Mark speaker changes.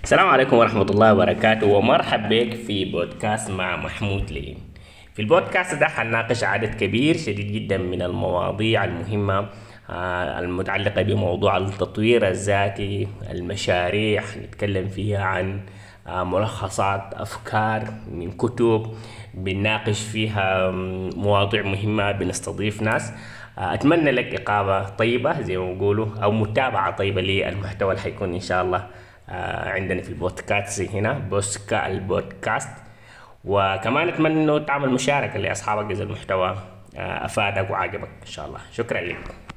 Speaker 1: السلام عليكم ورحمة الله وبركاته، ومرحب بك في بودكاست مع محمود لين. في البودكاست ده حنناقش عدد كبير شديد جدا من المواضيع المهمة المتعلقة بموضوع التطوير الذاتي، المشاريع نتكلم فيها عن ملخصات أفكار من كتب، بنناقش فيها مواضيع مهمة، بنستضيف ناس. أتمنى لك إقامة طيبة زي ما بيقولوا أو متابعة طيبة للمحتوى اللي حيكون إن شاء الله عندنا في البودكاست هنا بوسكا البودكاست. وكمان أتمنى إنه تعمل مشاركة لأصحابك إذا المحتوى أفادك وعجبك إن شاء الله. شكرا لك.